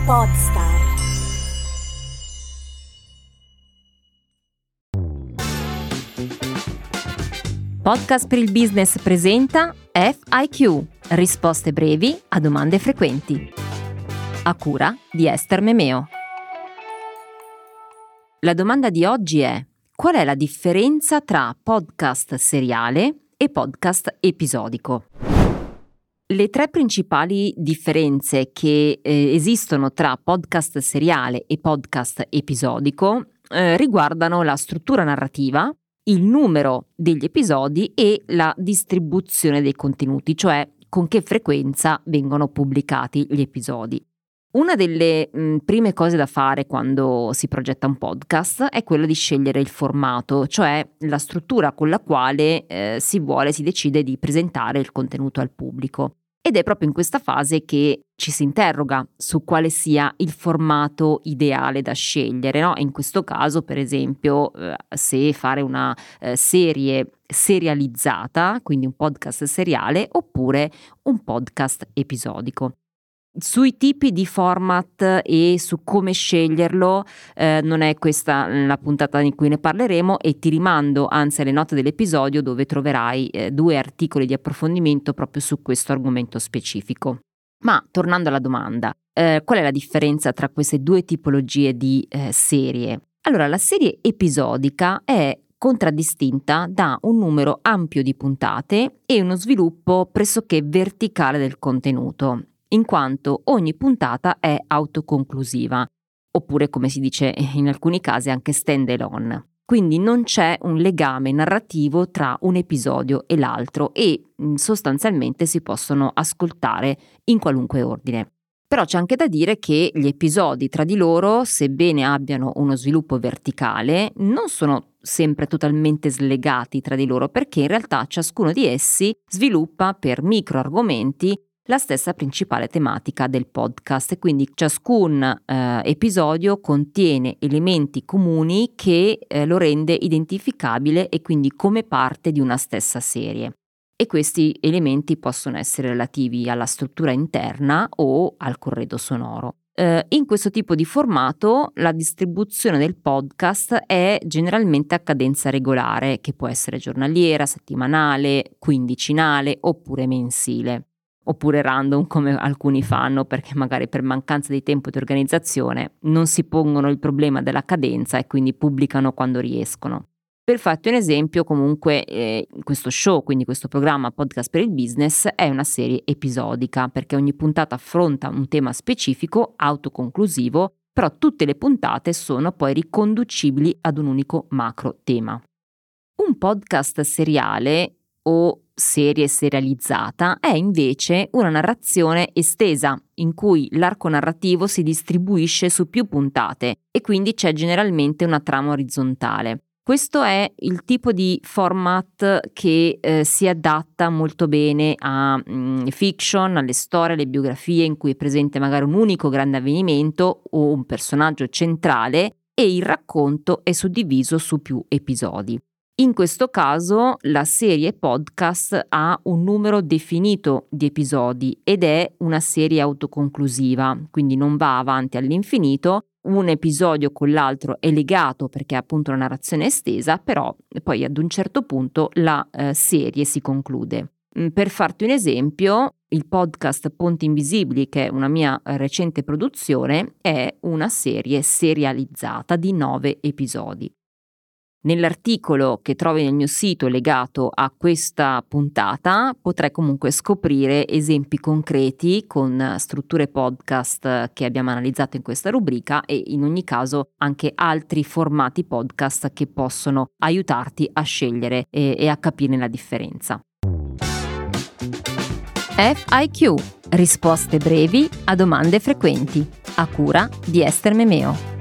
Podstar. Podcast per il Business presenta FIQ, risposte brevi a domande frequenti. A cura di Esther Memeo. La domanda di oggi è: qual è la differenza tra podcast seriale e podcast episodico? Le tre principali differenze che esistono tra podcast seriale e podcast episodico riguardano la struttura narrativa, il numero degli episodi e la distribuzione dei contenuti, cioè con che frequenza vengono pubblicati gli episodi. Una delle prime cose da fare quando si progetta un podcast è quella di scegliere il formato, cioè la struttura con la quale si decide di presentare il contenuto al pubblico. Ed è proprio in questa fase che ci si interroga su quale sia il formato ideale da scegliere, no? In questo caso, per esempio, se fare una serie serializzata, quindi un podcast seriale, oppure un podcast episodico. Sui tipi di format e su come sceglierlo non è questa la puntata in cui ne parleremo, e ti rimando anzi alle note dell'episodio, dove troverai 2 articoli di approfondimento proprio su questo argomento specifico. Ma tornando alla domanda, qual è la differenza tra queste 2 tipologie di serie? Allora, la serie episodica è contraddistinta da un numero ampio di puntate e uno sviluppo pressoché verticale del contenuto, in quanto ogni puntata è autoconclusiva, oppure, come si dice in alcuni casi, anche stand alone. Quindi non c'è un legame narrativo tra un episodio e l'altro e sostanzialmente si possono ascoltare in qualunque ordine. Però c'è anche da dire che gli episodi tra di loro, sebbene abbiano uno sviluppo verticale, non sono sempre totalmente slegati tra di loro, perché in realtà ciascuno di essi sviluppa per micro argomenti la stessa principale tematica del podcast, e quindi ciascun episodio contiene elementi comuni che lo rende identificabile e quindi come parte di una stessa serie. E questi elementi possono essere relativi alla struttura interna o al corredo sonoro. In questo tipo di formato la distribuzione del podcast è generalmente a cadenza regolare, che può essere giornaliera, settimanale, quindicinale oppure mensile. Oppure random, come alcuni fanno, perché magari per mancanza di tempo e di organizzazione non si pongono il problema della cadenza e quindi pubblicano quando riescono. Per farti un esempio, comunque questo show, quindi questo programma Podcast per il Business, è una serie episodica, perché ogni puntata affronta un tema specifico, autoconclusivo, però tutte le puntate sono poi riconducibili ad un unico macro tema. Un podcast seriale o serie serializzata è invece una narrazione estesa, in cui l'arco narrativo si distribuisce su più puntate e quindi c'è generalmente una trama orizzontale. Questo è il tipo di format che si adatta molto bene a fiction, alle storie, alle biografie, in cui è presente magari un unico grande avvenimento o un personaggio centrale e il racconto è suddiviso su più episodi. In questo caso la serie podcast ha un numero definito di episodi ed è una serie autoconclusiva, quindi non va avanti all'infinito. Un episodio con l'altro è legato perché è appunto una narrazione estesa, però poi ad un certo punto la serie si conclude. Per farti un esempio, il podcast Ponti Invisibili, che è una mia recente produzione, è una serie serializzata di 9 episodi. Nell'articolo che trovi nel mio sito legato a questa puntata potrai comunque scoprire esempi concreti con strutture podcast che abbiamo analizzato in questa rubrica e in ogni caso anche altri formati podcast che possono aiutarti a scegliere e a capire la differenza. FIQ, risposte brevi a domande frequenti, a cura di Esther Memeo.